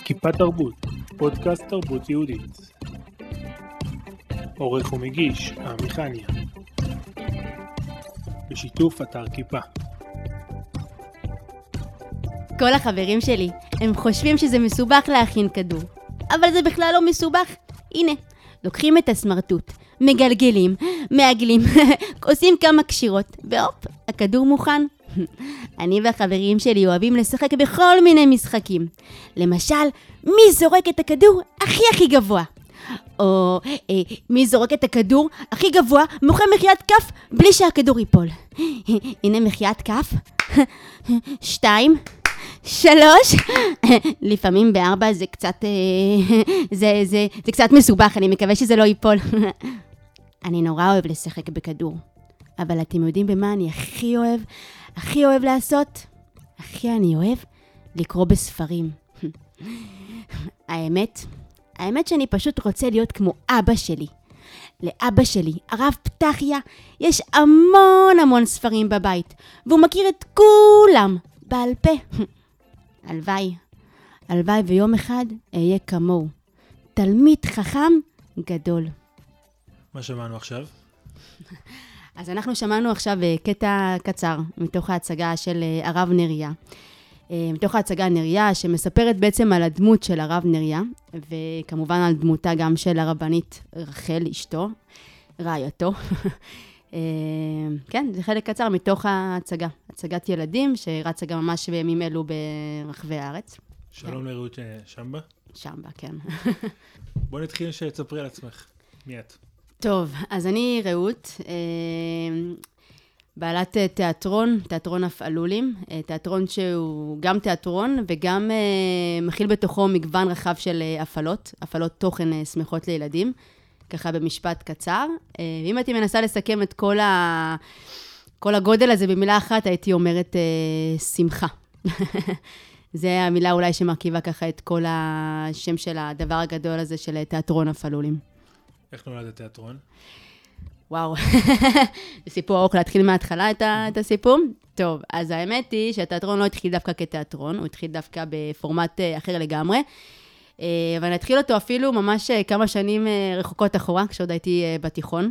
כיפה תרבות, פודקאסט תרבות יהודית. עורך ומגיש, עמיחניה. בשיתוף אתר כיפה. כל החברים שלי, הם חושבים שזה מסובך להכין כדור. אבל זה בכלל לא מסובך. הנה, לוקחים את הסמרטוט, מגלגלים, מעגלים, עושים כמה קשירות, והופ, הכדור מוכן. אני והחברים שלי אוהבים לשחק בכל מיני משחקים. למשל, מי זורק את הכדור הכי גבוה? או מי זורק את הכדור הכי גבוה מוחא מחיית כף בלי שהכדור ייפול. הנה מחיית כף. 2, 3. לפעמים 4 זה קצת זה קצת מסובך, אני מקווה שזה לא ייפול. אני נורא אוהב לשחק בכדור. אבל אתם יודעים במה אני הכי אוהב לעשות? אני אוהב לקרוא בספרים. האמת שאני פשוט רוצה להיות כמו אבא שלי. לאבא שלי, הרב פתחיה, יש המון ספרים בבית, והוא מכיר את כולם בעל פה. הלוואי ויום אחד אהיה כמוהו. תלמיד חכם גדול. מה שמענו עכשיו? אז אנחנו שמענו עכשיו קטע קצר מתוך ההצגה של הרב נריה. מתוך ההצגה נריה שמספרת בעצם על הדמות של הרב נריה, וכמובן על דמותה גם של הרבנית רחל, אשתו, רעייתו. כן, זה חלק קצר מתוך ההצגה. הצגת ילדים שרצה גם ממש בימים אלו ברחבי הארץ. שלום לרעות שמבה. שמבה, כן. בוא נתחיל שתספרי על עצמך. מי את? טוב, אז אני רעות, בעלת תיאטרון אפעלולים, תיאטרון שהוא גם תיאטרון וגם מכיל בתוכו מגוון רחב של הפעלות תוכן שמחות לילדים, ככה במשפט קצר. ואם הייתי מנסה לסכם את כל הגודל הזה במילה אחת, הייתי אומרת שמחה. זה המילה אולי שמרכיבה ככה את כל השם של הדבר הגדול הזה של תיאטרון אפעלולים. איך נולד התיאטרון? וואו, זה סיפור ארוך להתחיל מההתחלה את הסיפור. טוב, אז האמת היא שהתיאטרון לא התחיל דווקא כתיאטרון, הוא התחיל דווקא בפורמט אחר לגמרי, אבל אני אתחיל אותו אפילו ממש כמה שנים רחוקות אחורה, כשעוד הייתי בתיכון.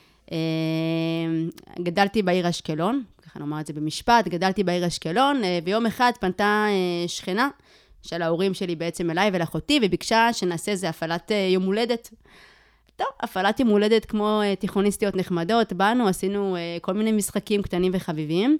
גדלתי בעיר אשקלון, ככה נאמר את זה במשפט, גדלתי בעיר אשקלון, ויום אחד פנתה שכנה של ההורים שלי בעצם אליי ולאחותי, וביקשה שנעשה איזה הפעלת יום הולדת. טוב, הפעלת יום הולדת כמו תיכוניסטיות נחמדות, באנו, עשינו כל מיני משחקים קטנים וחביבים,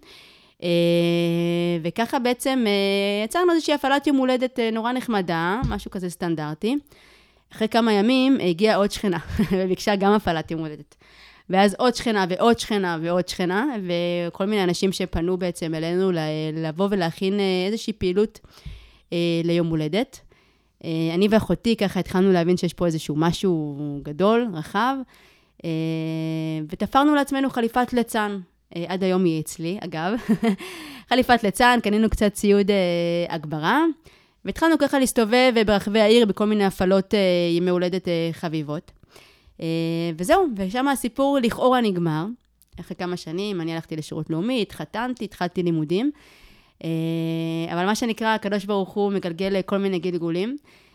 וככה בעצם יצרנו איזושהי הפעלת יום הולדת נורא נחמדה, משהו כזה סטנדרטי. אחרי כמה ימים הגיעה עוד שכנה, וביקשה גם הפעלת יום הולדת. ואז עוד שכנה ועוד שכנה ועוד שכנה, וכל מיני אנשים שפנו בעצם אלינו לבוא ולהכין איזושהי פעילות ליום הולדת. אני ואחותי ככה התחלנו להבין שיש פה איזשהו משהו גדול, רחב, ותפרנו לעצמנו חליפת ליצן. עד היום היא אצלי, אגב. חליפת ליצן, קנינו קצת ציוד הגברה, והתחלנו ככה להסתובב ברחבי העיר בכל מיני הפעלות ימי הולדת חביבות. וזהו, ושם הסיפור לכאורה נגמר. אחרי כמה שנים אני הלכתי לשירות לאומי, התחלתי לימודים, אבל מה שנקרא, הקדוש ברוך הוא מגלגל כל מיני גלגולים,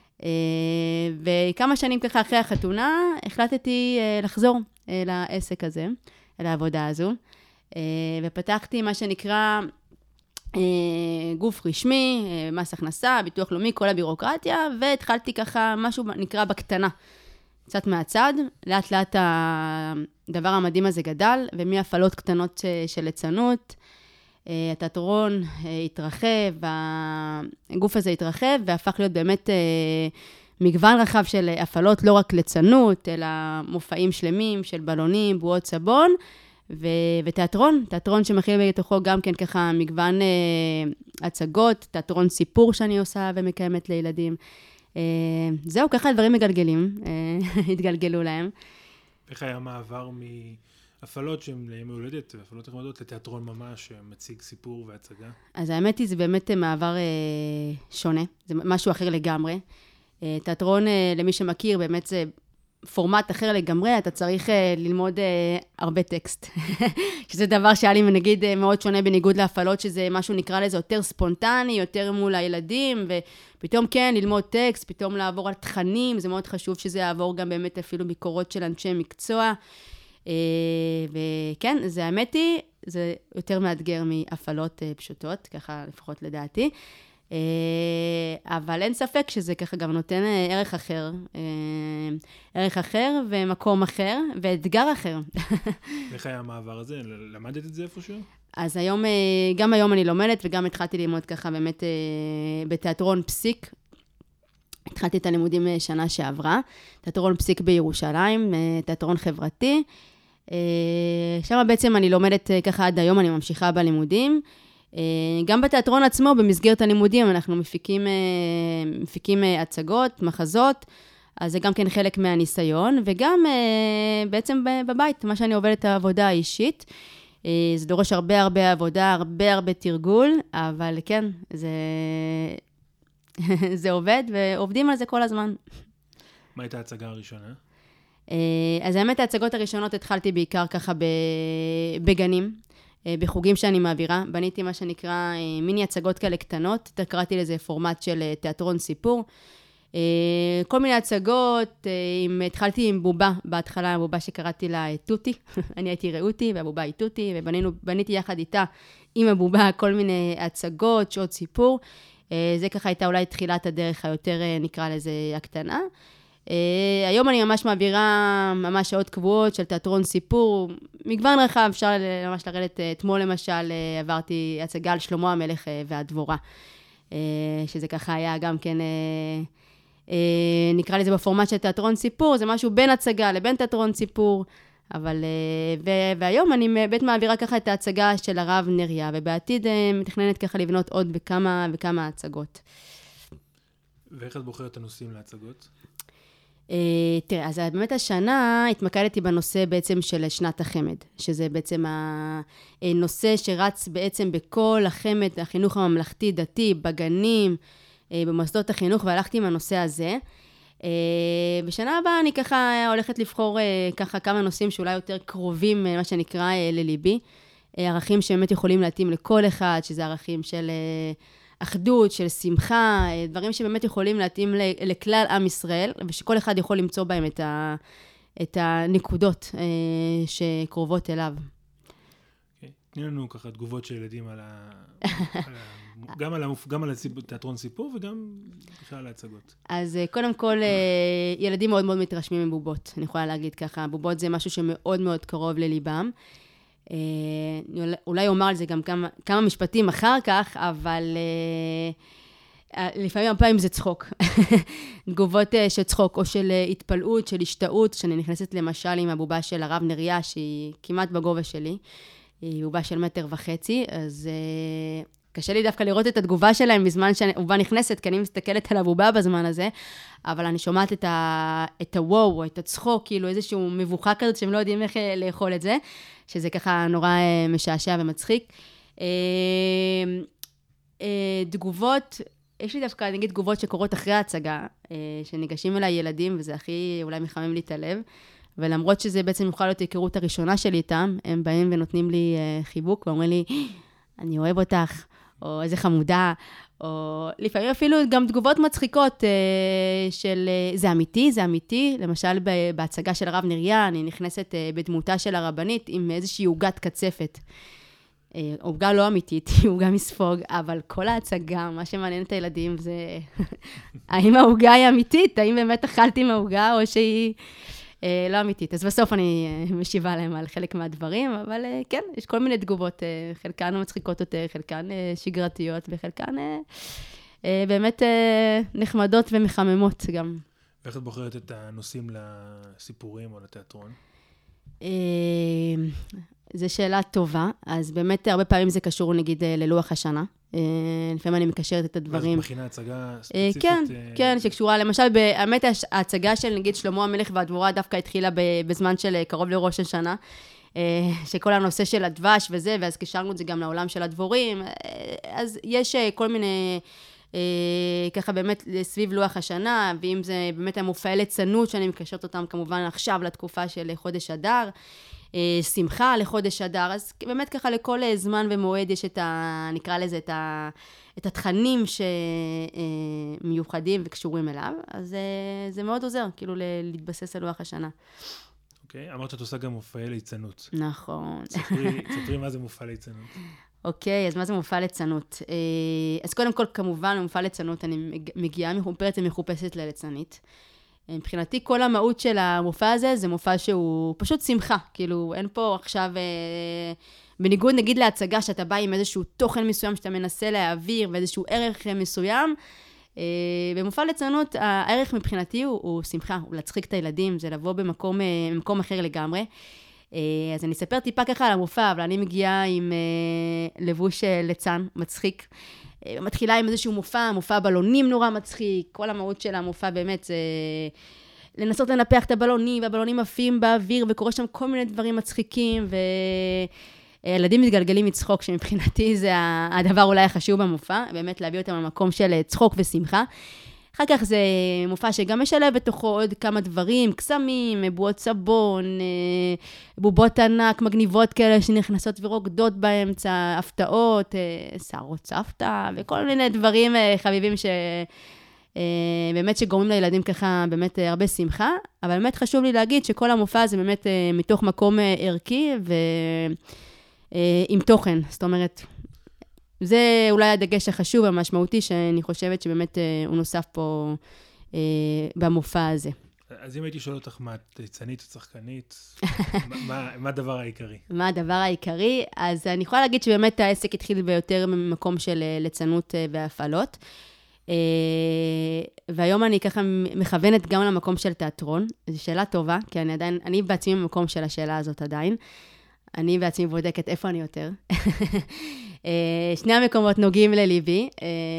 וכמה שנים ככה אחרי החתונה, החלטתי לחזור לעסק הזה, לעבודה הזו, ופתחתי מה שנקרא גוף רשמי, מס הכנסה, ביטוח לאומי, כל הבירוקרטיה, והתחלתי ככה משהו נקרא בקטנה, קצת מהצד, לאט לאט הדבר המדהים הזה גדל, ומהפעלות קטנות של ליצנות, התיאטרון התרחב, הגוף הזה התרחב, והפך להיות באמת מגוון רחב של הפעלות, לא רק ליצנות, אלא מופעים שלמים של בלונים, בועות סבון, ותיאטרון שמכיל בתוכו גם כן ככה מגוון הצגות, תיאטרון סיפור שאני עושה ומקיימת לילדים. זהו, ככה הדברים התגלגלו להם. איך היה מעבר הפעלות שהן לימי הולדת, הפעלות נחמדות, לתיאטרון ממש, מציג סיפור והצגה? אז האמת היא, זה באמת מעבר שונה, זה משהו אחר לגמרי. תיאטרון, למי שמכיר, באמת זה פורמט אחר לגמרי, אתה צריך ללמוד הרבה טקסט. שזה דבר שהיה לי, נגיד, מאוד שונה בניגוד להפעלות, שזה משהו נקרא לזה יותר ספונטני, יותר מול הילדים, ופתאום כן, ללמוד טקסט, פתאום לעבור על תכנים, זה מאוד חשוב שזה יעבור גם באמת אפילו ביקורות של אנשי מקצוע. וכן, זה האמת היא, זה יותר מאתגר מהפעלות פשוטות, ככה לפחות לדעתי. אבל אין ספק שזה ככה גם נותן ערך אחר ומקום אחר ואתגר אחר. איך היה המעבר הזה? למדת את זה איפשהו? אז היום, גם היום אני לומדת וגם התחלתי ללמוד ככה באמת בתיאטרון פסיק. התחלתי את הלימודים שנה שעברה, תיאטרון פסיק בירושלים, תיאטרון חברתי. שם בעצם אני לומדת ככה עד היום, אני ממשיכה בלימודים. גם בתיאטרון עצמו, במסגרת הלימודים, אנחנו מפיקים הצגות, מחזות, אז זה גם כן חלק מהניסיון, וגם בעצם בבית, מה שאני עובדת העבודה האישית, זה דורש הרבה עבודה, הרבה תרגול, אבל כן, זה עובד, ועובדים על זה כל הזמן. מה הייתה ההצגה הראשונה? אז האמת, ההצגות הראשונות התחלתי בעיקר ככה בגנים, בחוגים שאני מעבירה. בניתי מה שנקרא מיני הצגות כאלה קטנות, קראתי לזה פורמט של תיאטרון סיפור. כל מיני הצגות, התחלתי עם בובה, בהתחלה בובה שקראתי לה טוטי, אני הייתי ראותי והבובה היא טוטי, ובניתי יחד איתה עם הבובה כל מיני הצגות, שעות סיפור. זה ככה הייתה אולי תחילת הדרך היותר נקרא לזה הקטנה. היום אני ממש מעבירה ממש שעות קבועות של תיאטרון סיפור, מגוון רחב, אפשר ממש לרדת, אתמול למשל עברתי הצגה על שלמה המלך והדבורה, שזה ככה היה גם כן, נקרא לזה בפורמט של תיאטרון סיפור, זה משהו בין הצגה לבין תיאטרון סיפור, אבל, והיום אני באמת מעבירה ככה את ההצגה של הרב נריה, ובעתיד מתכננת ככה לבנות עוד בכמה הצגות. ואיך את בוחרת את הנושאים להצגות? תראה, אז באמת השנה התמקדתי בנושא בעצם של שנת החמד, שזה בעצם הנושא שרץ בעצם בכל החמד, החינוך הממלכתי דתי, בגנים, במוסדות החינוך, והלכתי עם הנושא הזה. בשנה הבאה אני ככה הולכת לבחור ככה כמה נושאים שאולי יותר קרובים, מה שנקרא לליבי, ערכים שבאמת יכולים להתאים לכל אחד, שזה ערכים של אחדות, של שמחה, דברים שבאמת יכולים להתאים לכלל עם ישראל, ושכל אחד יכול למצוא בהם את הנקודות שקרובות אליו. תני לנו ככה תגובות של ילדים גם על תיאטרון סיפור וגם בכלל על ההצגות. אז קודם כל, ילדים מאוד מאוד מתרשמים מבובות, אני יכולה להגיד ככה, בובות זה משהו שמאוד מאוד קרוב לליבם. אולי אומר על זה גם כמה משפטים אחר כך, אבל לפעמים הפעמים זה צחוק. תגובות של צחוק או של התפלאות, של השתאות, שאני נכנסת למשל עם הבובה של הרב נריה, שהיא כמעט בגובה שלי, היא בובה של 1.5 מטר, אז קשה לי דווקא לראות את התגובה שלהם בזמן שהבובה נכנסת, כי אני מסתכלת על הבובה בזמן הזה, אבל אני שומעת את הוואו, את הצחוק, כאילו איזשהו מבוכה כזאת שהם לא יודעים איך לאכול את זה, שזה ככה נורא משעשע ומצחיק. תגובות, יש לי דווקא, נגיד, תגובות שקורות אחרי ההצגה, שניגשים אליי ילדים, וזה הכי אולי מחמם לי את הלב, ולמרות שזה בעצם יכול להיות היכרות הראשונה שלי איתם, הם באים ונותנים לי חיבוק, ואומרים לי, אני אוהב אותך, או איזה חמודה, או לפעמים אפילו גם תגובות מצחיקות של זה אמיתי, זה אמיתי. למשל בהצגה של הרב נריה, אני נכנסת בדמותה של הרבנית עם איזושהי עוגת קצפת. עוגה לא אמיתית, היא עוגה מספוג, אבל כל ההצגה, מה שמעניין את הילדים זה האם העוגה היא אמיתית, האם באמת אכלתי מהעוגה או שהיא לא אמיתית. אז בסוף אני משיבה להם על חלק מהדברים, אבל כן, יש כל מיני תגובות, חלקן מצחיקות יותר, חלקן שגרתיות, וחלקן באמת נחמדות ומחממות גם. ואיך את בוחרת את הנושאים לסיפורים או לתיאטרון? זו שאלה טובה, אז באמת הרבה פעמים זה קשור נגיד ללוח השנה. לפעמים אני מקשרת את הדברים. אז מכינה הצגה ספציפית? כן, שקשורה, למשל, באמת ההצגה של נגיד שלמה המלך והדבורה דווקא התחילה בזמן של קרוב לראש השנה, שכל הנושא של הדבש וזה, ואז קשרנו את זה גם לעולם של הדבורים, אז יש כל מיני ככה באמת סביב לוח השנה, ואם זה באמת המופעי ליצנות, שאני מקשרת אותם כמובן עכשיו לתקופה של חודש אדר, שמחה לחודש אדר, אז באמת ככה לכל זמן ומועד יש נקרא לזה את התכנים שמיוחדים וקשורים אליו, אז זה מאוד עוזר, כאילו להתבסס על לוח השנה. אוקיי, אמרת שאת עושה גם מופעי ליצנות. נכון. ספרי מה זה מופע ליצנות. אוקיי, אז מה זה מופע ליצנות? אז קודם כל, כמובן, במופע ליצנות אני מגיעה מחופרת ומחופשת לליצנית. מבחינתי, כל המהות של המופע הזה, זה מופע שהוא פשוט שמחה. כאילו, אין פה עכשיו, בניגוד נגיד להצגה, שאתה בא עם איזשהו תוכן מסוים, שאתה מנסה להעביר, ואיזשהו ערך מסוים. במופע ליצנות, הערך מבחינתי הוא שמחה, הוא להצחיק את הילדים, זה לבוא במקום אחר לגמרי. אז אני אספר טיפה ככה על המופע, אבל אני מגיעה עם לבוש ליצן מצחיק. מתחילה עם איזשהו מופע בלונים נורא מצחיק. כל המהות של המופע באמת זה לנסות לנפח את הבלונים, והבלונים עפים באוויר, וקורה שם כל מיני דברים מצחיקים, וילדים מתגלגלים מצחוק, שמבחינתי זה הדבר אולי החשוב במופע, באמת להביא אותם למקום של צחוק ושמחה. אחר כך זה מופע שגם משלב בתוכו עוד כמה דברים, קסמים, בועות סבון, בובות ענק, מגניבות כאלה שנכנסות ורוקדות באמצע, הפתעות, שערות סבתא, וכל מיני דברים חביבים שבאמת שגורמים לילדים ככה באמת הרבה שמחה, אבל באמת חשוב לי להגיד שכל המופע זה באמת מתוך מקום ערכי ועם תוכן, זאת אומרת, זה אולי הדגש החשוב, המשמעותי, שאני חושבת שבאמת הוא נוסף פה במופע הזה. אז אם הייתי שואל אותך מה, את ליצנית או צחקנית, מה הדבר העיקרי? מה הדבר העיקרי? אז אני יכולה להגיד שבאמת העסק התחיל ביותר ממקום של ליצנות והפעלות, והיום אני ככה מכוונת גם למקום של תיאטרון. זו שאלה טובה, כי אני בעצמי במקום של השאלה הזאת עדיין. אני בעצמי בודקת איפה אני יותר. שני המקומות נוגעים לליבי,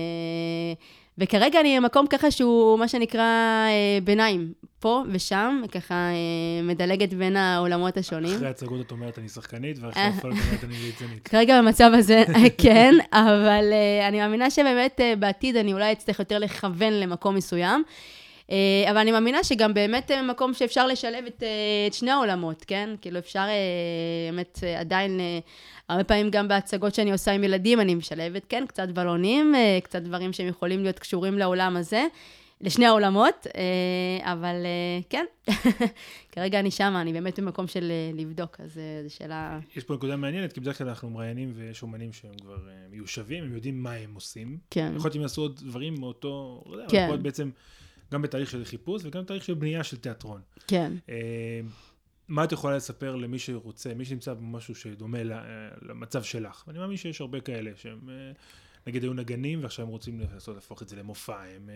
וכרגע אני במקום ככה שהוא מה שנקרא ביניים, פה ושם, ככה מדלגת בין העולמות השונים. אחרי הצגות את אומרת אני שחקנית, ואחרי הפעלות אומרת אני ליצנית. כרגע במצב הזה כן, אבל אני מאמינה שבאמת בעתיד אני אולי אצטרך יותר לכוון למקום מסוים, אבל אני מאמינה שגם באמת מקום שאפשר לשלב את שני העולמות, כן? כאילו אפשר באמת עדיין, הרבה פעמים גם בהצגות שאני עושה עם ילדים, אני משלבת, כן? קצת בלונים, קצת דברים שהם יכולים להיות קשורים לעולם הזה, לשני העולמות, אבל כן, כרגע אני שמה, אני באמת במקום של לבדוק, אז זו שאלה... יש פה נקודה מעניינת, כי בדרך כלל אנחנו מראיינים ויש אומנים שהם כבר מיושבים, הם יודעים מה הם עושים. כן. יכול להיות אם יעשו עוד דברים מאותו... כן. בעצם גם בתהליך של חיפוש וגם בתהליך של בנייה של תיאטרון. כן. מה את יכולה לספר למי שרוצה, מי שנמצא במשהו שדומה למצב שלך? ואני מאמין שיש הרבה כאלה שהם, נגיד, היו נגנים, ועכשיו הם רוצים להפוך את זה למופע.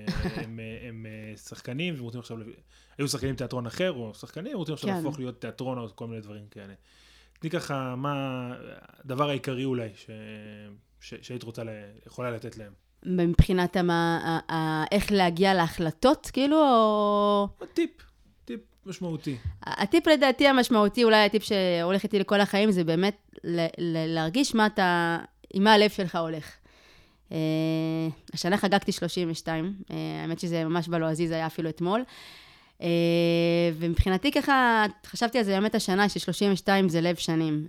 הם שחקנים, והם רוצים עכשיו, היו שחקנים תיאטרון אחר, או שחקנים, רוצים עכשיו להפוך להיות תיאטרון, או כל מיני דברים כאלה. תני ככה, מה הדבר העיקרי אולי, שהיית יכולה לתת להם? מבחינת איך להגיע להחלטות, כאילו, או... טיפ משמעותי. הטיפ לדעתי המשמעותי, אולי הטיפ שהולך איתי לכל החיים, זה באמת להרגיש עם מה הלב שלך הולך. השנה חגגתי 32, האמת שזה ממש בלועזי, זה היה אפילו אתמול. ומבחינתי ככה, חשבתי על זה באמת השנה, ש32 זה לב שנים.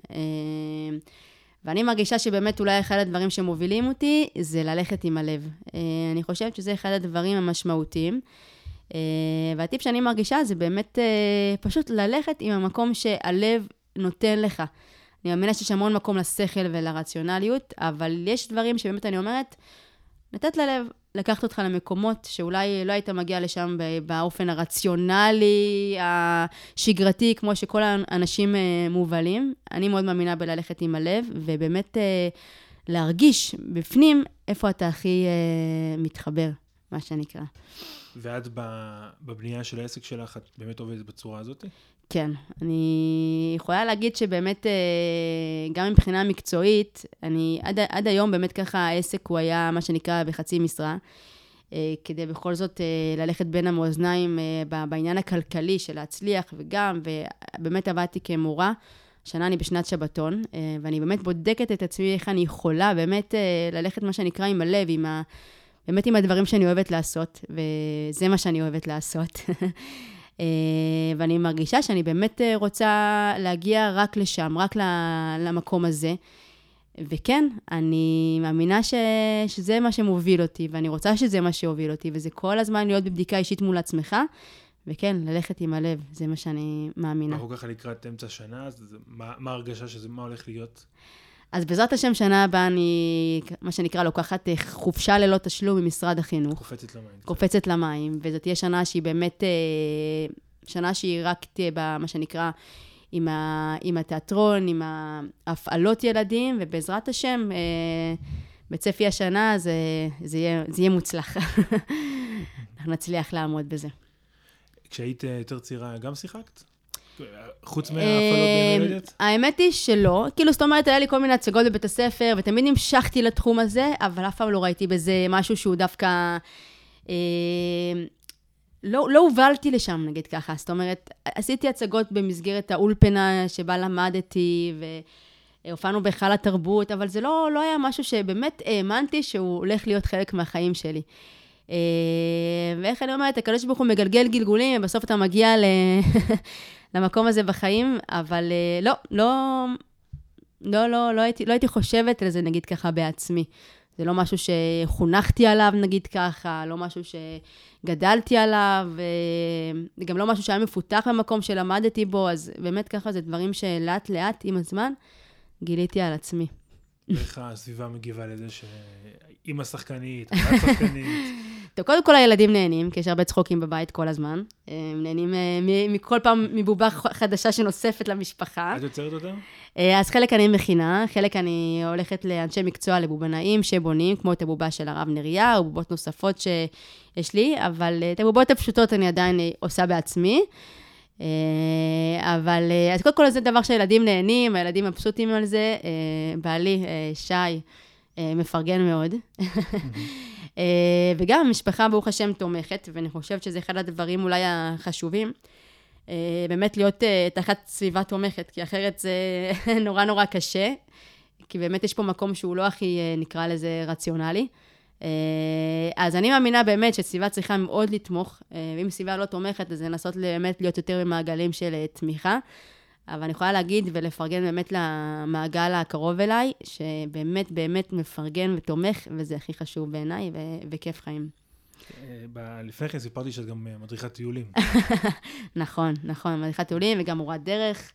ואני מרגישה שבאמת אולי אחד הדברים שמובילים אותי, זה ללכת עם הלב. אני חושבת שזה אחד הדברים המשמעותיים. והטיפ שאני מרגישה זה באמת פשוט ללכת עם המקום שהלב נותן לך. אני מאמינה שיש המון מקום לשכל ולרציונליות, אבל יש דברים שבאמת אני אומרת, לתת ללב, לקחת אותך למקומות שאולי לא היית מגיע לשם באופן הרציונלי, השגרתי, כמו שכל האנשים מובלים. אני מאוד מאמינה בללכת עם הלב, ובאמת להרגיש בפנים איפה אתה הכי מתחבר, מה שנקרא. ואת בבנייה של העסק שלך, את באמת עובדת בצורה הזאת? כן, אני יכולה להגיד שבאמת, גם מבחינה מקצועית, עד היום באמת ככה העסק הוא היה מה שנקרא בחצי משרה, כדי בכל זאת ללכת בין המאזניים בעניין הכלכלי של להצליח וגם, ובאמת עבדתי כמורה, שנה אני בשנת שבתון, ואני באמת בודקת את עצמי איך אני יכולה באמת ללכת מה שנקרא עם הלב, עם באמת עם הדברים שאני אוהבת לעשות, וזה מה שאני אוהבת לעשות. ואני מרגישה שאני באמת רוצה להגיע רק לשם, רק למקום הזה. וכן, אני מאמינה שזה מה שמוביל אותי, ואני רוצה שזה מה שהוביל אותי, וזה כל הזמן להיות בבדיקה אישית מול עצמך, וכן, ללכת עם הלב, זה מה שאני מאמינה. אנחנו ככה לקראת אמצע שנה, אז מה ההרגשה שזה, מה הולך להיות? אז בעזרת השם שנה הבאה אני, מה שנקרא, לוקחת חופשה ללא תשלום ממשרד החינוך. קופצת למים. קופצת למים, וזאת תהיה שנה שהיא באמת, שנה שהיא רק תהיה במה שנקרא, עם התיאטרון, עם ההפעלות ילדים, ובעזרת השם, בצפי השנה זה יהיה מוצלח. אנחנו נצליח לעמוד בזה. כשהיית יותר צעירה, גם שיחקת? חוץ מההפעלות במולדת? האמת היא שלא. כאילו, זאת אומרת, היה לי כל מיני הצגות בבית הספר, ותמיד נמשכתי לתחום הזה, אבל אף פעם לא ראיתי בזה משהו שהוא דווקא... לא הובלתי לשם, נגיד ככה. זאת אומרת, עשיתי הצגות במסגרת האולפנה שבה למדתי, והופענו בהיכל התרבות, אבל זה לא היה משהו שבאמת האמנתי שהוא הולך להיות חלק מהחיים שלי. ואיך אני אומרת, הקדוש ברוך הוא מגלגל גלגולים, ובסוף אתה מגיע למקום הזה בחיים, אבל לא הייתי חושבת על זה, נגיד ככה, בעצמי. זה לא משהו שחונכתי עליו, נגיד ככה, לא משהו שגדלתי עליו, וגם לא משהו שהיה מפותח במקום שלמדתי בו, אז באמת ככה זה דברים שלאט לאט עם הזמן גיליתי על עצמי. איך הסביבה מגיבה לזה שאמא שחקנית, אבא שחקנית? טוב, קודם כל הילדים נהנים, כי יש הרבה צחוקים בבית כל הזמן. הם נהנים מכל פעם מבובה חדשה שנוספת למשפחה. את יוצרת אותם? אז חלק אני מכינה, חלק אני הולכת לאנשי מקצוע, לבובנאים שבונים, כמו את הבובה של הרב נריה, או בובות נוספות שיש לי, אבל את הבובות הפשוטות אני עדיין עושה בעצמי. אבל, אז קודם כל זה דבר שהילדים נהנים, הילדים מבסוטים על זה. בעלי, שי, מפרגן מאוד. וגם המשפחה ברוך השם תומכת, ואני חושבת שזה אחד הדברים אולי החשובים, באמת להיות תחת סביבה תומכת, כי אחרת זה נורא נורא קשה, כי באמת יש פה מקום שהוא לא הכי נקרא לזה רציונלי. אז אני מאמינה באמת שסביבה צריכה מאוד לתמוך, ואם סביבה לא תומכת, אז לנסות באמת להיות יותר במעגלים של תמיכה, אבל אני יכולה להגיד ולפרגן באמת למעגל הקרוב אליי, שבאמת באמת מפרגן ותומך, וזה הכי חשוב בעיניי, וכיף חיים. לפני כן סיפרתי שאת גם מדריכת טיולים. נכון, מדריכת טיולים וגם מורת דרך.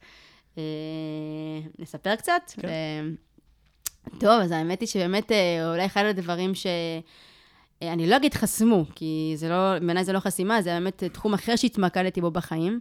נספר קצת? כן. טוב, אז האמת היא שבאמת אולי אחד הדברים אני לא אגיד חסמו, כי בעיניי זה לא חסימה, זה באמת תחום אחר שהתמקדתי בו בחיים.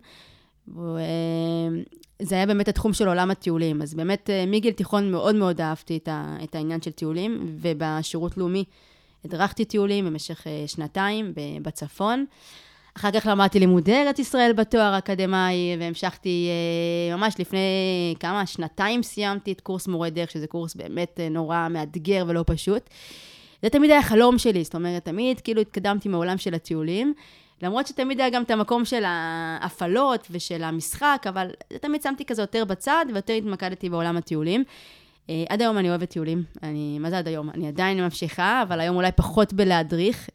זה היה באמת התחום של עולם הטיולים, אז באמת מגיל תיכון מאוד מאוד אהבתי את העניין של טיולים, ובשירות לאומי הדרכתי טיולים במשך 2 בצפון. אחר כך למדתי לימודי ארץ ישראל בתואר אקדמי, והמשכתי ממש לפני 2 סיימתי את קורס מורה דרך, שזה קורס באמת נורא מאתגר ולא פשוט. זה תמיד היה חלום שלי, זאת אומרת, תמיד כאילו התקדמתי מעולם של הטיולים, למרות שתמיד היה גם את המקום של ההפעלות ושל המשחק, אבל תמיד שמתי כזה יותר בצד, ויותר התמקדתי בעולם הטיולים. עד היום אני אוהבת טיולים, מה זה עד היום? אני עדיין ממשיכה, אבל היום אולי פחות בלהדריך.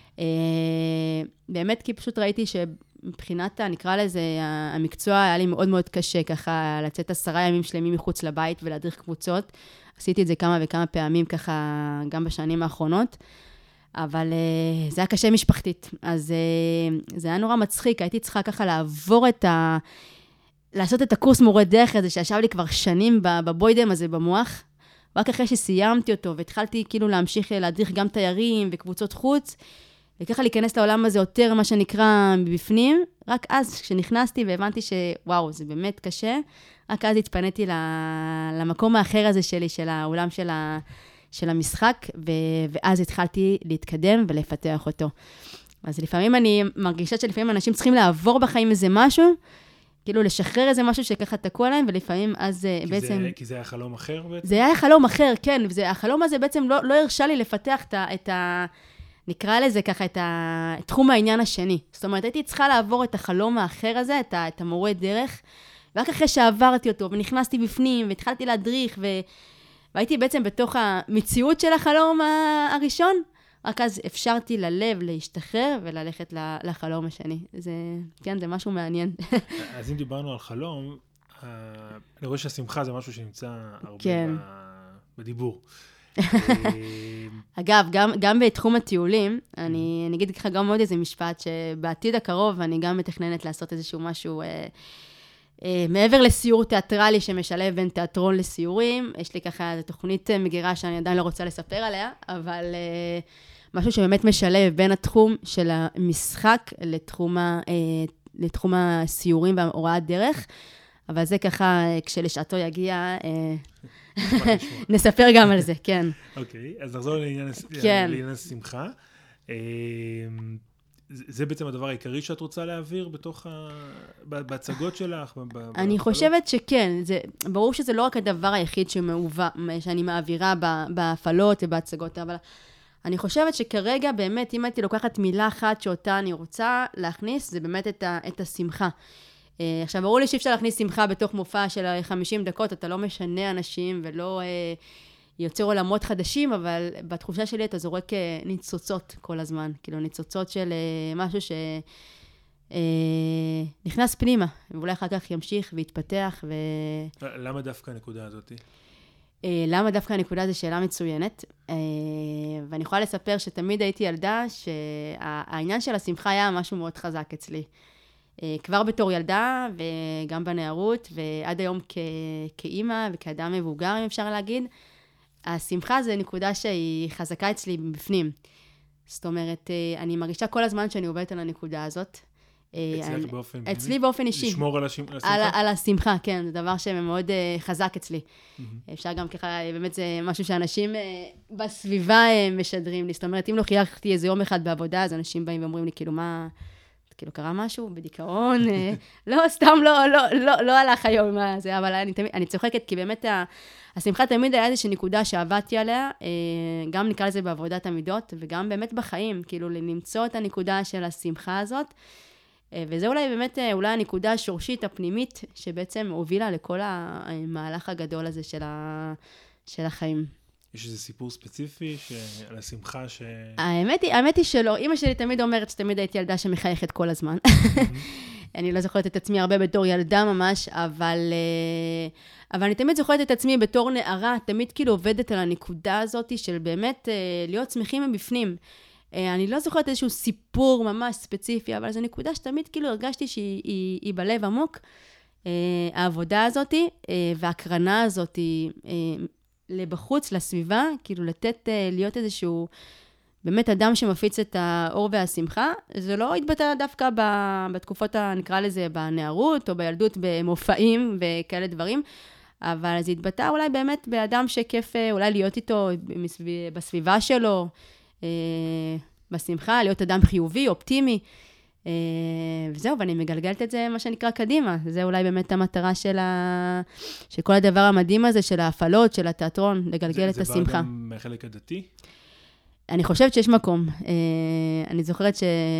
באמת כי פשוט ראיתי שמבחינת, נקרא לזה, המקצוע היה לי מאוד מאוד קשה, ככה לצאת 10 ימים שלמים מחוץ לבית ולהדריך קבוצות. עשיתי את זה כמה וכמה פעמים, ככה גם בשנים האחרונות. אבל זה היה קשה משפחתית, אז זה היה נורא מצחיק, הייתי צריכה ככה לעבור לעשות את הקורס מורה דרך הזה, שישב לי כבר שנים בבוידם הזה במוח, רק אחרי שסיימתי אותו, והתחלתי כאילו להמשיך להדריך גם תיירים וקבוצות חוץ, וככה להיכנס לעולם הזה יותר, מה שנקרא, מבפנים, רק אז כשנכנסתי והבנתי שוואו, זה באמת קשה, רק אז התפניתי למקום האחר הזה שלי, של העולם של המשחק, ואז התחלתי להתקדם ולפתח אותו. אז לפעמים אני מרגישה שלפעמים אנשים צריכים לעבור בחיים איזה משהו, כאילו לשחרר איזה משהו שככה תקוע להם, ולפעמים אז בעצם... כי זה היה חלום אחר בעצם? זה היה חלום אחר, כן, החלום הזה בעצם לא הרשה לי לפתח נקרא לזה ככה, את תחום העניין השני. זאת אומרת, הייתי צריכה לעבור את החלום האחר הזה, את המורה דרך, ורק אחרי שעברתי אותו, ונכנסתי בפנים, והתחלתי להדריך, והייתי בעצם בתוך המציאות של החלום הראשון, רק אז אפשרתי ללב להשתחרר וללכת לחלום השני. כן, זה משהו מעניין. אז אם דיברנו על חלום, אני רואה שהשמחה זה משהו שנמצא הרבה כן. בדיבור. אגב, גם בתחום הטיולים, אני אגיד לך גם עוד איזה משפט, שבעתיד הקרוב אני גם מתכננת לעשות איזשהו משהו, מעבר לסיור תיאטרלי שמשלב בין תיאטרון לסיורים, יש לי ככה תוכנית מגירה שאני עדיין לא רוצה לספר עליה, אבל משהו שבאמת משלב בין התחום של המשחק לתחום הסיורים וההוראת דרך, אבל זה ככה, כשלשעתו יגיע, נספר גם על זה, כן. אוקיי, אז נחזור לעניין השמחה. זה בעצם הדבר העיקרי שאת רוצה להעביר בהצגות שלך? אני חושבת שכן. ברור שזה לא רק הדבר היחיד שאני מעבירה בהפעלות ובהצגות, אבל אני חושבת שכרגע באמת, אם הייתי לוקחת מילה אחת שאותה אני רוצה להכניס, זה באמת את השמחה. עכשיו, ברור לי שאי אפשר להכניס שמחה בתוך מופע של 50 דקות, אתה לא משנה אנשים ולא יוצר עולמות חדשים, אבל בתחושה שלי אתה זורק ניצוצות כל הזמן, כאילו ניצוצות של משהו שנכנס פנימה, ואולי אחר כך ימשיך ויתפתח. למה דווקא הנקודה הזאת? למה דווקא הנקודה זו שאלה מצוינת, ואני יכולה לספר שתמיד הייתי ילדה שהעניין של השמחה היה משהו מאוד חזק אצלי. כבר בתור ילדה וגם בנערות, ועד היום כאימא וכאדם מבוגר, אם אפשר להגיד, השמחה זה נקודה שהיא חזקה אצלי בפנים. זאת אומרת, אני מרגישה כל הזמן שאני עובדת על הנקודה הזאת. אצלך באופן פנימי? אצלי באופן אישי. לשמור על השמחה? על השמחה, כן. זה דבר שמאוד חזק אצלי. אפשר גם ככה, באמת זה משהו שאנשים בסביבה משדרים לי. זאת אומרת, אם לא חייכתי איזה יום אחד בעבודה, אז אנשים באים ואומרים לי, כאילו, מה... כאילו קרה משהו בדיכאון, לא, סתם לא הלך היום, אבל אני צוחקת, כי באמת השמחה תמיד היה איזושהי נקודה שעבדתי עליה, גם נקרא לזה בעבודת המידות, וגם באמת בחיים, כאילו למצוא את הנקודה של השמחה הזאת, וזה אולי באמת, אולי הנקודה השורשית הפנימית, שבעצם הובילה לכל המהלך הגדול הזה של החיים. יש איזה סיפור ספציפי על השמחה ש... האמת היא שלא. אמא שלי תמיד אומרת שתמיד הייתי ילדה שמחייכת כל הזמן. אני לא זוכרת את עצמי הרבה בתור ילדה ממש, אבל אני תמיד זוכרת את עצמי בתור נערה, תמיד כאילו עובדת על הנקודה הזאת של באמת להיות שמחים מבפנים. אני לא זוכרת איזשהו סיפור ממש ספציפי, אבל זו נקודה שתמיד כאילו הרגשתי שהיא בלב עמוק. העבודה הזאת והקרנה הזאת לבחוץ, לסביבה, כאילו לתת, להיות איזשהו, באמת אדם שמפיץ את האור והשמחה, זה לא התבטא דווקא בתקופות, נקרא לזה, בנערות או בילדות, במופעים וכאלה דברים, אבל זה התבטא אולי באמת באדם שכיף אולי להיות איתו בסביבה שלו, בשמחה, להיות אדם חיובי, אופטימי, וזהו, ואני מגלגלת את זה, מה שנקרא קדימה. זה אולי באמת המטרה של כל הדבר המדהים הזה, של ההפעלות, של התיאטרון, לגלגל את השמחה. זה בא גם מהחלק הדתי? אני חושבת שיש מקום. אני זוכרת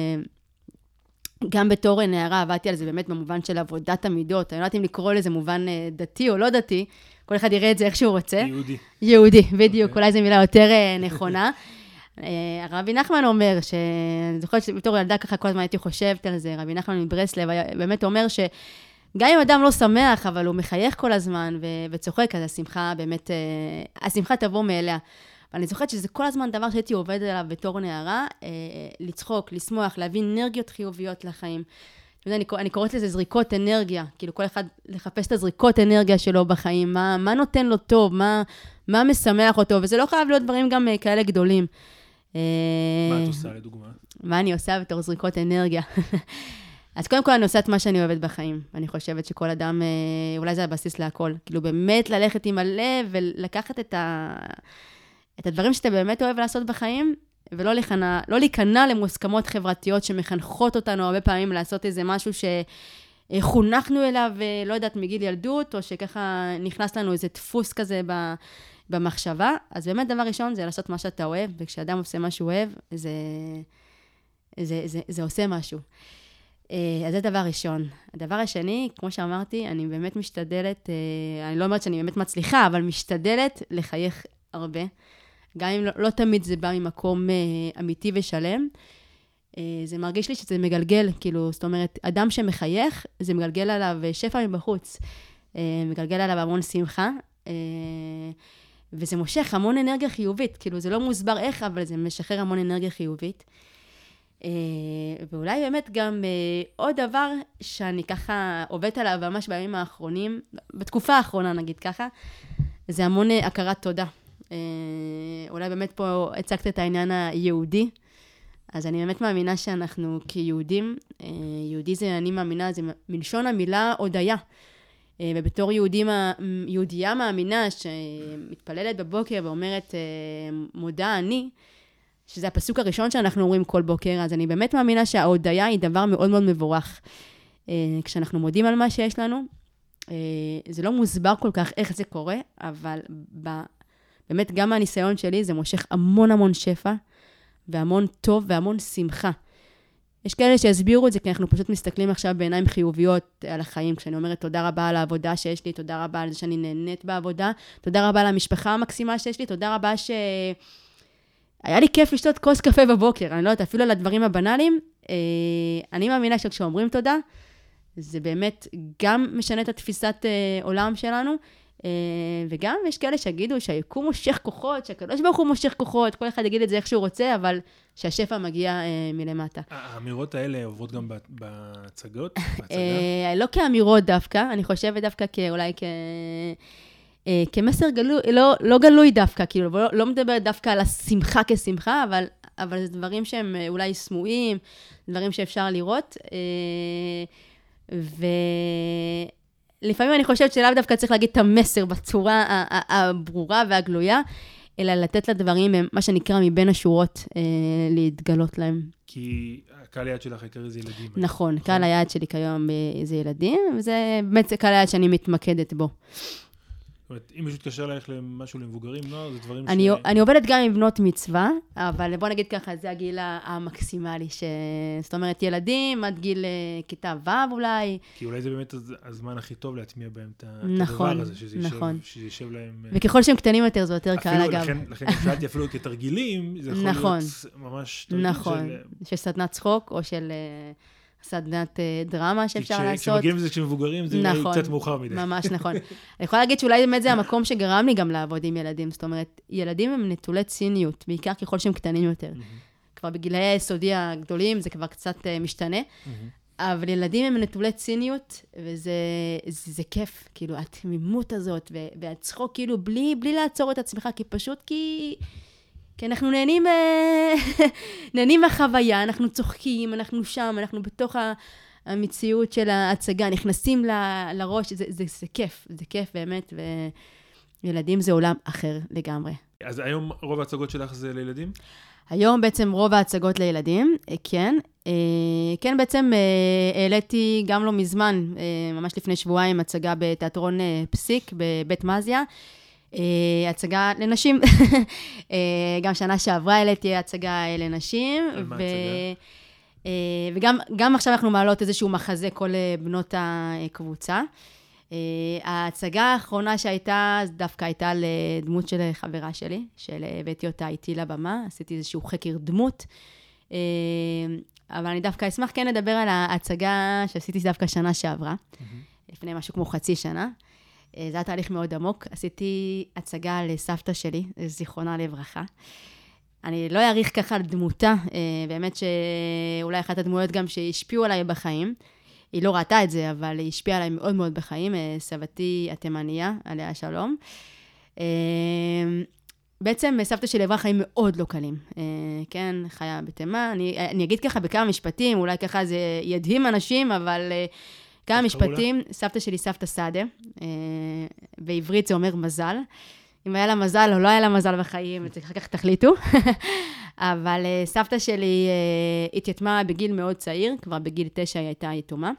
שגם בתור נערה עבדתי על זה באמת במובן של עבודת המידות. אני לא יודעת אם לקרוא לזה מובן דתי או לא דתי, כל אחד יראה את זה איך שהוא רוצה. יהודי, בדיוק, אולי זו מילה יותר נכונה. רבי נחמן אומר, שאני זוכרת שבתור ילדה ככה כל הזמן הייתי חושבת על זה, רבי נחמן מברסלב באמת אומר שגם אם אדם לא שמח, אבל הוא מחייך כל הזמן וצוחק, אז השמחה באמת, השמחה תבוא מאליה. אבל אני זוכרת שזה כל הזמן דבר שהייתי עובדת עליו בתור נערה, לצחוק, לשמוח, להביא אנרגיות חיוביות לחיים. אני קוראת לזה זריקות אנרגיה, כאילו כל אחד לחפש את הזריקות אנרגיה שלו בחיים, מה נותן לו טוב, מה משמח אותו, וזה לא חייב להיות דברים גם כאלה גדולים. מה את עושה לדוגמה? מה אני עושה בתור זריקות אנרגיה? אז קודם כל אני עושה את מה שאני אוהבת בחיים. אני חושבת שכל אדם, אולי זה הבסיס להכל. כאילו באמת ללכת עם הלב ולקחת את הדברים שאתה באמת אוהב לעשות בחיים, ולא להיכנע למוסכמות חברתיות שמחנכות אותנו הרבה פעמים לעשות איזה משהו שחונכנו אליו, לא יודעת, מגיל ילדות, או שככה נכנס לנו איזה דפוס כזה במחשבה. אז באמת דבר ראשון זה לעשות מה שאתה אוהב, וכשאדם עושה מה שהוא אוהב, זה עושה משהו. אז זה דבר ראשון. הדבר השני, כמו שאמרתי, אני באמת משתדלת, אני לא אומרת שאני באמת מצליחה, אבל משתדלת לחייך הרבה. גם אם לא תמיד זה בא ממקום אמיתי ושלם, זה מרגיש לי שזה מגלגל, כאילו, זאת אומרת, אדם שמחייך, זה מגלגל עליו שפע מבחוץ, מגלגל עליו המון שמחה, וזה מושך המון אנרגיה חיובית, כאילו, זה לא מוסבר איך, אבל זה משחרר המון אנרגיה חיובית. ואולי באמת גם עוד דבר שאני ככה עובדת עליו ממש בימים האחרונים, בתקופה האחרונה נגיד ככה, זה המון הכרת תודה. אולי באמת פה הצגת את העניין היהודי, אז אני באמת מאמינה שאנחנו כיהודים, יהודי זה, אני מאמינה, זה מלשון המילה הודיה. ובתור יהודייה מאמינה שמתפללת בבוקר ואומרת מודה אני, שזה הפסוק הראשון שאנחנו אומרים כל בוקר, אז אני באמת מאמינה שההודיה היא דבר מאוד מאוד מבורך. כשאנחנו מודים על מה שיש לנו, זה לא מוסבר כל כך איך זה קורה, אבל באמת גם מהניסיון שלי זה מושך המון המון שפע, והמון טוב והמון שמחה. יש כאלה שהסבירו את זה, כי אנחנו פשוט מסתכלים עכשיו בעיניים חיוביות על החיים, כשאני אומרת תודה רבה על העבודה שיש לי, תודה רבה על זה שאני נהנית בעבודה, תודה רבה על המשפחה המקסימה שיש לי, תודה רבה היה לי כיף לשתות כוס קפה בבוקר, אני לא יודעת, אפילו על הדברים הבנאליים, אני מאמינה שכשאומרים תודה, זה באמת גם משנה את התפיסת עולם שלנו, וגם יש כאלה שיגידו שהיקום מושך כוחות, שהקדוש ברוך הוא מושך כוחות, כל אחד יגיד את זה איך שהוא רוצה, אבל שהשפע מגיע מלמטה. האמירות האלה עוברות גם בהצגות? לא כאמירות דווקא, אני חושבת דווקא אולי כמסר גלוי, לא גלוי דווקא, כאילו, לא מדבר דווקא על השמחה כשמחה, אבל זה דברים שהם אולי סמויים, דברים שאפשר לראות, לפעמים אני חושבת שלאו דווקא צריך להגיד את המסר בצורה הברורה והגלויה, אלא לתת לדברים, מה שנקרא מבין השורות, להתגלות להם. כי קהל היעד שלך העיקרי זה ילדים. נכון, קהל היעד שלי כיום זה ילדים, וזה באמת קהל היעד שאני מתמקדת בו. זאת אומרת, אם מישהו תקשר לך למשהו למבוגרים, לא, זה דברים אני עובדת גם עם בנות מצווה, אבל בוא נגיד ככה, זה הגיל המקסימלי, זאת אומרת, ילדים עד גיל כיתה ו' אולי. כי אולי זה באמת הזמן הכי טוב להטמיע בהם את הדבר הזה, שזה יישב להם... וככל שהם קטנים יותר, זה יותר קל אגב. לכן שאלתי אפילו כתרגילים, זה יכול להיות ממש... נכון, של סדנת צחוק, או של... סדנת דרמה שאפשר לעשות. כשמגיעים לזה כשמבוגרים, זה קצת מאוחר מדי. ממש נכון. אני יכולה להגיד שאולי באמת זה המקום שגרם לי גם לעבוד עם ילדים. זאת אומרת, ילדים הם נטולי ציניות, בעיקר ככל שהם קטנים יותר. כבר בגילאי היסודי הגדולים זה כבר קצת משתנה, אבל ילדים הם נטולי ציניות, וזה כיף, כאילו, התמימות הזאת, והצחוק, כאילו, בלי לעצור את עצמך, כי פשוט כי אנחנו נהנים מהחוויה, אנחנו צוחקים, אנחנו שם, אנחנו בתוך המציאות של ההצגה, נכנסים לראש, זה כיף, זה כיף באמת, וילדים זה עולם אחר לגמרי. אז היום רוב ההצגות שלך זה לילדים? היום בעצם רוב ההצגות לילדים, כן. כן, בעצם העליתי גם לא מזמן, ממש לפני שבועיים, הצגה בתיאטרון פסיק בבית מזיה, הצגה לנשים, גם שנה שעברה העליתי הצגה לנשים, וגם עכשיו אנחנו מעלות איזשהו מחזה כל בנות הקבוצה. ההצגה האחרונה שהייתה, דווקא הייתה לדמות של חברה שלי, שהבאתי אותה איתי לבמה, עשיתי איזשהו חקר דמות, אבל אני דווקא אשמח כן לדבר על ההצגה שעשיתי דווקא שנה שעברה, לפני משהו כמו חצי שנה. זה היה תהליך מאוד עמוק. עשיתי הצגה לסבתא שלי, זיכרונה לברכה. אני לא אעריך ככה על דמותה, באמת שאולי אחת הדמויות גם שהשפיעו עליי בחיים. היא לא ראתה את זה, אבל היא השפיעה עליי מאוד מאוד בחיים. סבתי התימניה, עליה שלום. בעצם סבתא שלי עברה חיים מאוד לא קלים. כן, חיה בתימן. אני אגיד ככה בכמה משפטים, אולי ככה זה ידהים אנשים, אבל... כמה משפטים, סבתא שלי סבתא סעדה, בעברית זה אומר מזל. אם היה לה מזל או לא היה לה מזל בחיים, אחר כך תחליטו. אבל סבתא שלי התייתמה בגיל מאוד צעיר, כבר בגיל 9 היא הייתה יתומה.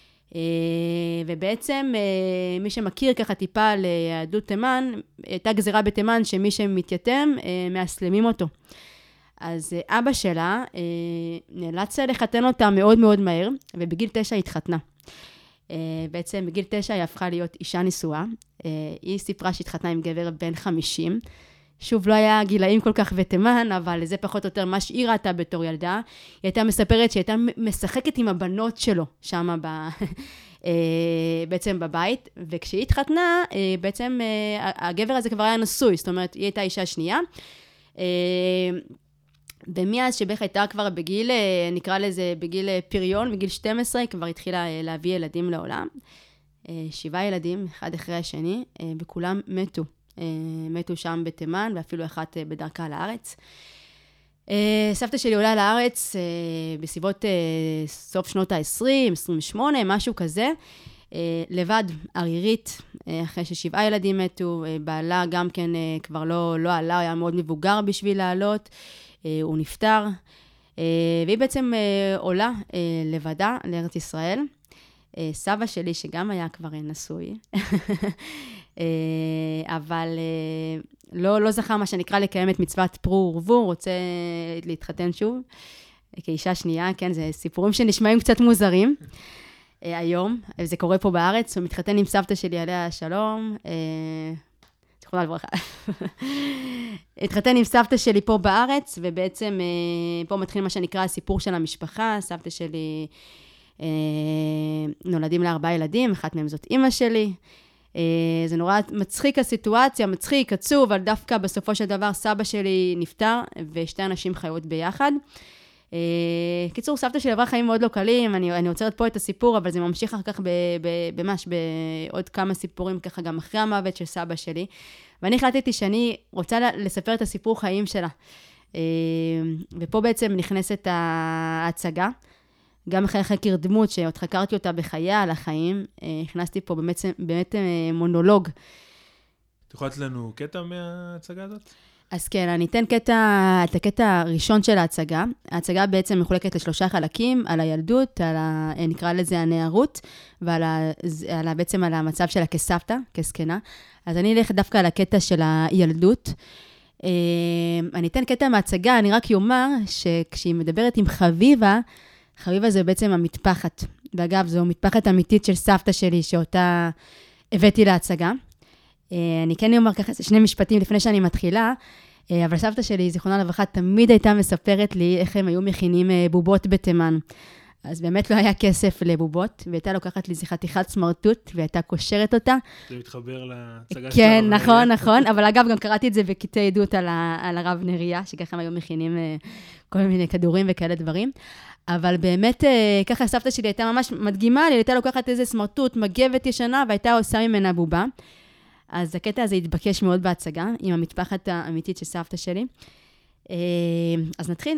ובעצם מי שמכיר ככה טיפה ליהדות תימן, הייתה גזירה בתימן שמי שמתייתם, מאסלמים אותו. אז אבא שלה נאלץ לחתן אותה מאוד מאוד מהר, ובגיל 9 התחתנה. בעצם בגיל 9 היא הפכה להיות אישה נשואה. היא סיפרה שהתחתנה עם גבר בן 50, שוב, לא היה גילאים כל כך בתימן, אבל זה פחות או יותר מה שהיא ראתה בתור ילדה. היא הייתה מספרת שהיא הייתה משחקת עם הבנות שלו, שם בעצם בבית, וכשהיא התחתנה, בעצם הגבר הזה כבר היה נשוי, זאת אומרת, היא הייתה אישה שנייה, ומאז שבערך הייתה כבר בגיל, נקרא לזה בגיל פריון, בגיל 12, כבר התחילה להביא ילדים לעולם. 7 ילדים, אחד אחרי השני, וכולם מתו. מתו שם בתימן, ואפילו אחת בדרכה לארץ. סבתא שלי עולה לארץ בסביבות סוף שנות ה-20, 28, משהו כזה, לבד, ערירית, אחרי ש7 ילדים מתו, בעלה גם כן כבר לא עלה, היה מאוד מבוגר בשביל לעלות, הוא נפטר, והיא בעצם עולה לבדה לארץ ישראל. סבא שלי, שגם היה כבר נשוי, אבל לא זכה מה שנקרא לקיים את מצוות פרו ורבו, רוצה להתחתן שוב, כאישה שנייה, כן, זה סיפורים שנשמעים קצת מוזרים היום, זה קורה פה בארץ, הוא מתחתן עם סבתא שלי עליה שלום, זכרונה לברכה, התחתן עם סבתא שלי פה בארץ, ובעצם פה מתחיל מה שנקרא הסיפור של המשפחה, סבתא שלי נולדים ל4 ילדים, אחת מהם זאת אמא שלי, זה נורא מצחיק הסיטואציה, מצחיק, עצוב, אבל דווקא בסופו של דבר סבא שלי נפטר, ושתי אנשים חיות ביחד. קיצור, סבתא שלי עברה חיים מאוד לא קלים, אני עוצרת פה את הסיפור, אבל זה ממשיך אחר כך ממש בעוד כמה סיפורים, ככה גם אחרי המוות של סבא שלי, ואני החלטתי שאני רוצה לספר את הסיפור חיים שלה. ופה בעצם נכנסת ההצגה, גם אחרי חקר דמות, שעוד חקרתי אותה בחייה על החיים, הכנסתי פה באמת מונולוג. את יכולה לתת לנו קטע מההצגה הזאת? אז כן, אני אתן את הקטע הראשון של ההצגה. ההצגה בעצם מחולקת ל3 חלקים, על הילדות, נקרא לזה הנערות, בעצם על המצב שלה כסבתא, כסקנה. אז אני אלך דווקא על הקטע של הילדות. אני אתן קטע מההצגה, אני רק אומר שכשהיא מדברת עם חביבה, חביבה זה בעצם המטפחת. ואגב, זו מטפחת אמיתית של סבתא שלי, שאותה הבאתי להצגה. אני כן אומר ככה, זה 2 משפטים לפני שאני מתחילה, אבל סבתא שלי, זיכרונה לברכה, תמיד הייתה מספרת לי איך הם היו מכינים בובות בתימן. אז באמת לא היה כסף לבובות, והייתה לוקחת לי חתיכת סמרטוט, והייתה קושרת אותה. זה מתחבר להצגה שלנו. כן, נכון, אבל אגב, גם קראתי את זה בכיתה עדות על הרב נריה, שככה הם היו מכינים כל מיני כדורים וכאלה דברים. אבל באמת, ככה סבתא שלי הייתה ממש מדגימה לי, הייתה לוקחת איזה סמרטוט, מגבת ישנה, והייתה עושה ממנה בובה. אז הקטע הזה התבקש מאוד בהצגה, עם המטפחת האמיתית של סבתא שלי. אז נתחיל.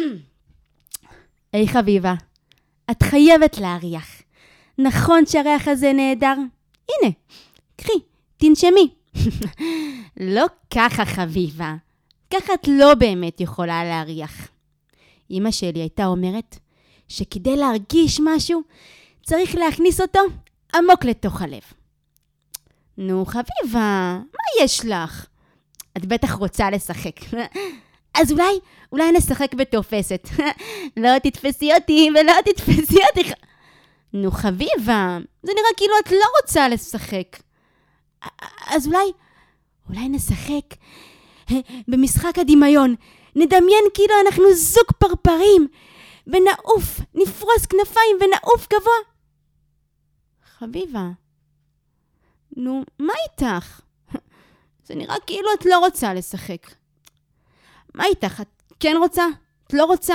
היי חביבה, את חייבת להריח. נכון שהריח הזה נהדר? הנה, קחי, תנשמי. לא ככה חביבה, ככה את לא באמת יכולה להריח. אמא שלי הייתה אומרת שכדי להרגיש משהו, צריך להכניס אותו עמוק לתוך הלב. נו, חביבה, מה יש לך? את בטח רוצה לשחק. אז אולי נשחק בתופסת. לא תתפסי אותי ולא תתפסי אותי. נו, חביבה, זה נראה כאילו את לא רוצה לשחק. אז אולי נשחק במשחק הדמיון. נדמיין כאילו אנחנו זוג פרפרים, ונעוף, נפרוס כנפיים ונעוף גבוה. חביבה, נו, מה איתך? זה נראה כאילו את לא רוצה לשחק. מה איתך? את כן רוצה? את לא רוצה?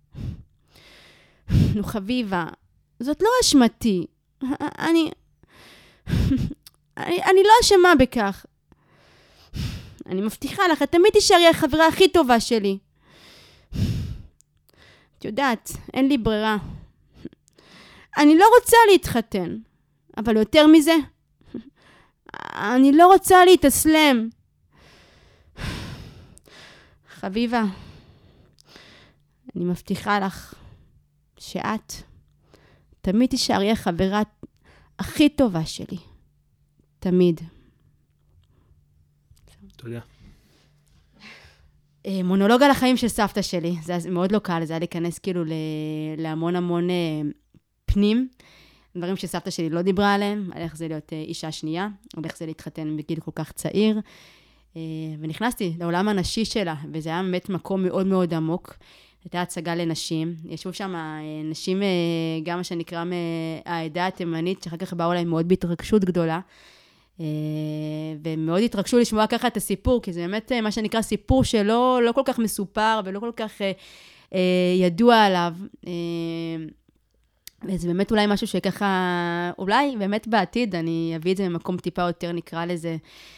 נו, חביבה, זאת לא אשמתי. אני לא אשמה בכך. אני מבטיחה לך, את תמיד תישארי החברה הכי טובה שלי. את יודעת, אין לי ברירה. אני לא רוצה להתחתן, אבל יותר מזה, אני לא רוצה להתאסלם. חביבה, אני מבטיחה לך שאת תמיד תישארי החברה הכי טובה שלי. תמיד. תודה. מונולוג על החיים של סבתא שלי, זה מאוד לא קל, זה היה להיכנס כאילו להמון פנים, דברים שסבתא שלי לא דיברה עליהם, על איך זה להיות אישה שנייה, על איך זה להתחתן בגיל כל כך צעיר, ונכנסתי לעולם הנשי שלה, וזה היה באמת מקום מאוד מאוד עמוק. הייתה הצגה לנשים, ישבו שם נשים, גם מה שנקרא מהעדה התימנית, שאחר כך באו אליי מאוד בהתרגשות גדולה, ומאוד התרגשו לשמוע ככה את הסיפור, כי זה באמת מה שנקרא סיפור שלא כל כך מסופר, ולא כל כך ידוע עליו, וזה באמת אולי משהו שככה, אולי באמת בעתיד, אני אביא את זה ממקום טיפה יותר, נקרא לזה,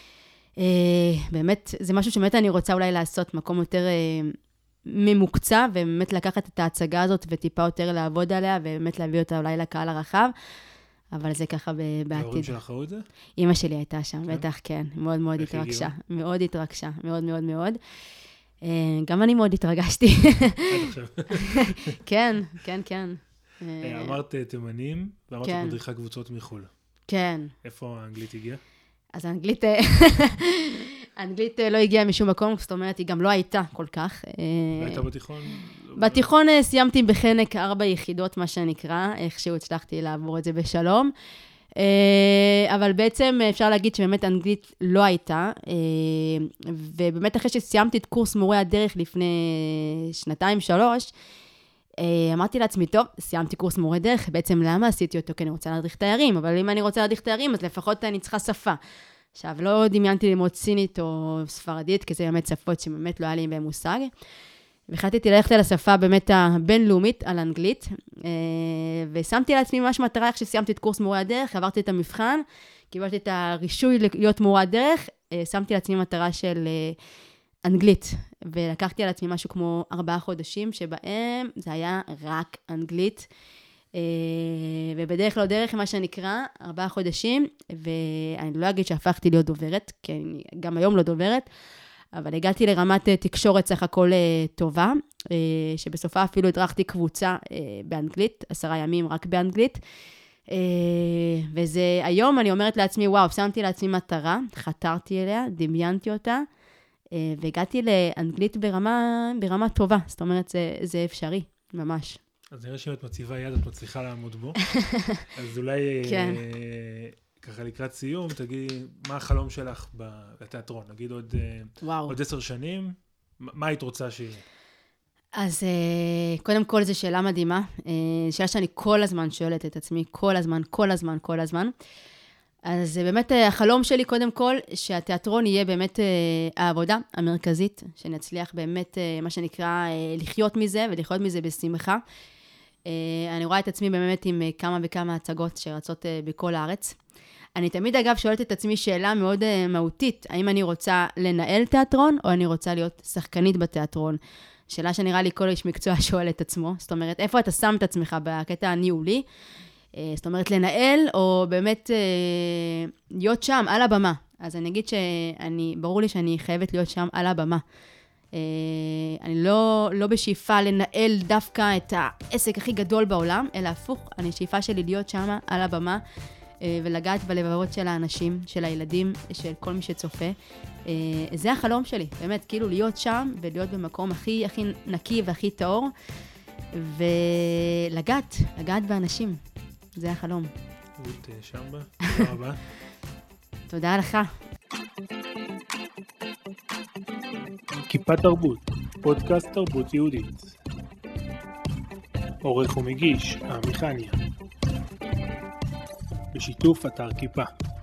באמת, זה משהו שבאמת אני רוצה אולי לעשות, מקום יותר ממוקצע, ובאמת לקחת את ההצגה הזאת וטיפה יותר לעבוד עליה, ובאמת להביא אותה אולי לקהל הרחב, אבל זה ככה בעתיד. ההורים שלך ראו את זה? אמא שלי הייתה שם, בטח, כן, מאוד מאוד התרגשה, מאוד התרגשה, מאוד מאוד מאוד. גם אני מאוד התרגשתי. כן, כן, כן. אמרת תימנים, ואמרת שאת מדריכה קבוצות מחו"ל. כן. איפה האנגלית הגיעה? אז האנגלית לא הגיעה משום מקום, זאת אומרת, היא גם לא הייתה כל כך. והייתה בתיכון? בתיכון סיימתי בחנק 4 יחידות, מה שנקרא, איכשהו הצלחתי לעבור את זה בשלום. אבל בעצם אפשר להגיד שבאמת אנגלית לא הייתה, ובאמת אחרי שסיימתי את קורס מורי הדרך לפני 2-3, אמרתי לעצמי, טוב, סיימתי קורס מורה דרך, בעצם למה עשיתי אותו? כי אני רוצה להדריך תיירים, אבל אם אני רוצה להדריך תיירים, אז לפחות אני צריכה שפה. עכשיו, לא דמיינתי ללמוד סינית או ספרדית, כי זה באמת שפות שבאמת לא היה לי בהם מושג. והחלטתי ללכת על השפה באמת הבינלאומית, על אנגלית, ושמתי לעצמי ממש מטרה, איך שסיימתי את קורס מורה הדרך, עברתי את המבחן, קיבלתי את הרישוי להיות מורה הדרך, שמתי לעצמי מטרה של אנגלית, ולקחתי על עצמי משהו כמו 4 חודשים, שבהם זה היה רק אנגלית, ובדרך לא דרך, מה שנקרא, 4 חודשים, ואני לא אגיד שהפכתי להיות דוברת, כי אני גם היום לא דוברת, אבל הגעתי לרמת תקשורת סך הכל טובה, שבסופה אפילו הדרכתי קבוצה באנגלית, 10 ימים רק באנגלית, וזה היום אני אומרת לעצמי, וואו, שמתי לעצמי מטרה, חתרתי אליה, דמיינתי אותה, והגעתי לאנגלית ברמה טובה, זאת אומרת, זה אפשרי, ממש. אז נראה שאם את מציבה יד, את מצליחה לעמוד בו. אז אולי ככה לקראת סיום, תגידי, מה החלום שלך בתיאטרון? נגיד עוד 10 שנים, מה היית רוצה שיהיה? אז קודם כל, זו שאלה מדהימה. שאלה שאני כל הזמן שואלת את עצמי, כל הזמן. אז באמת החלום שלי קודם כל, שהתיאטרון יהיה באמת העבודה המרכזית, שנצליח באמת, מה שנקרא, לחיות מזה, ולחיות מזה בשמחה. אני רואה את עצמי באמת עם כמה וכמה הצגות שרצות בכל הארץ. אני תמיד אגב שואלת את עצמי שאלה מאוד מהותית, האם אני רוצה לנהל תיאטרון, או אני רוצה להיות שחקנית בתיאטרון. שאלה שנראה לי כל איש מקצוע שואל את עצמו, זאת אומרת, איפה אתה שם את עצמך בקטע הניהולי? זאת אומרת, לנהל, או באמת להיות שם על הבמה. אז אני אגיד ברור לי שאני חייבת להיות שם על הבמה. אני לא בשאיפה לנהל דווקא את העסק הכי גדול בעולם, אלא הפוך, אני שאיפה שלי להיות שם על הבמה, ולגעת בלבבות של האנשים, של הילדים, של כל מי שצופה. זה החלום שלי, באמת, כאילו להיות שם, ולהיות במקום הכי נקי והכי טהור, ולגעת באנשים. זה החלום. רות שמבה, תודה רבה. תודה לך. כיפה תרבות, פודקאסט תרבות יהודית. עורך ומגיש, עמיחניה. בשיתוף אתר כיפה.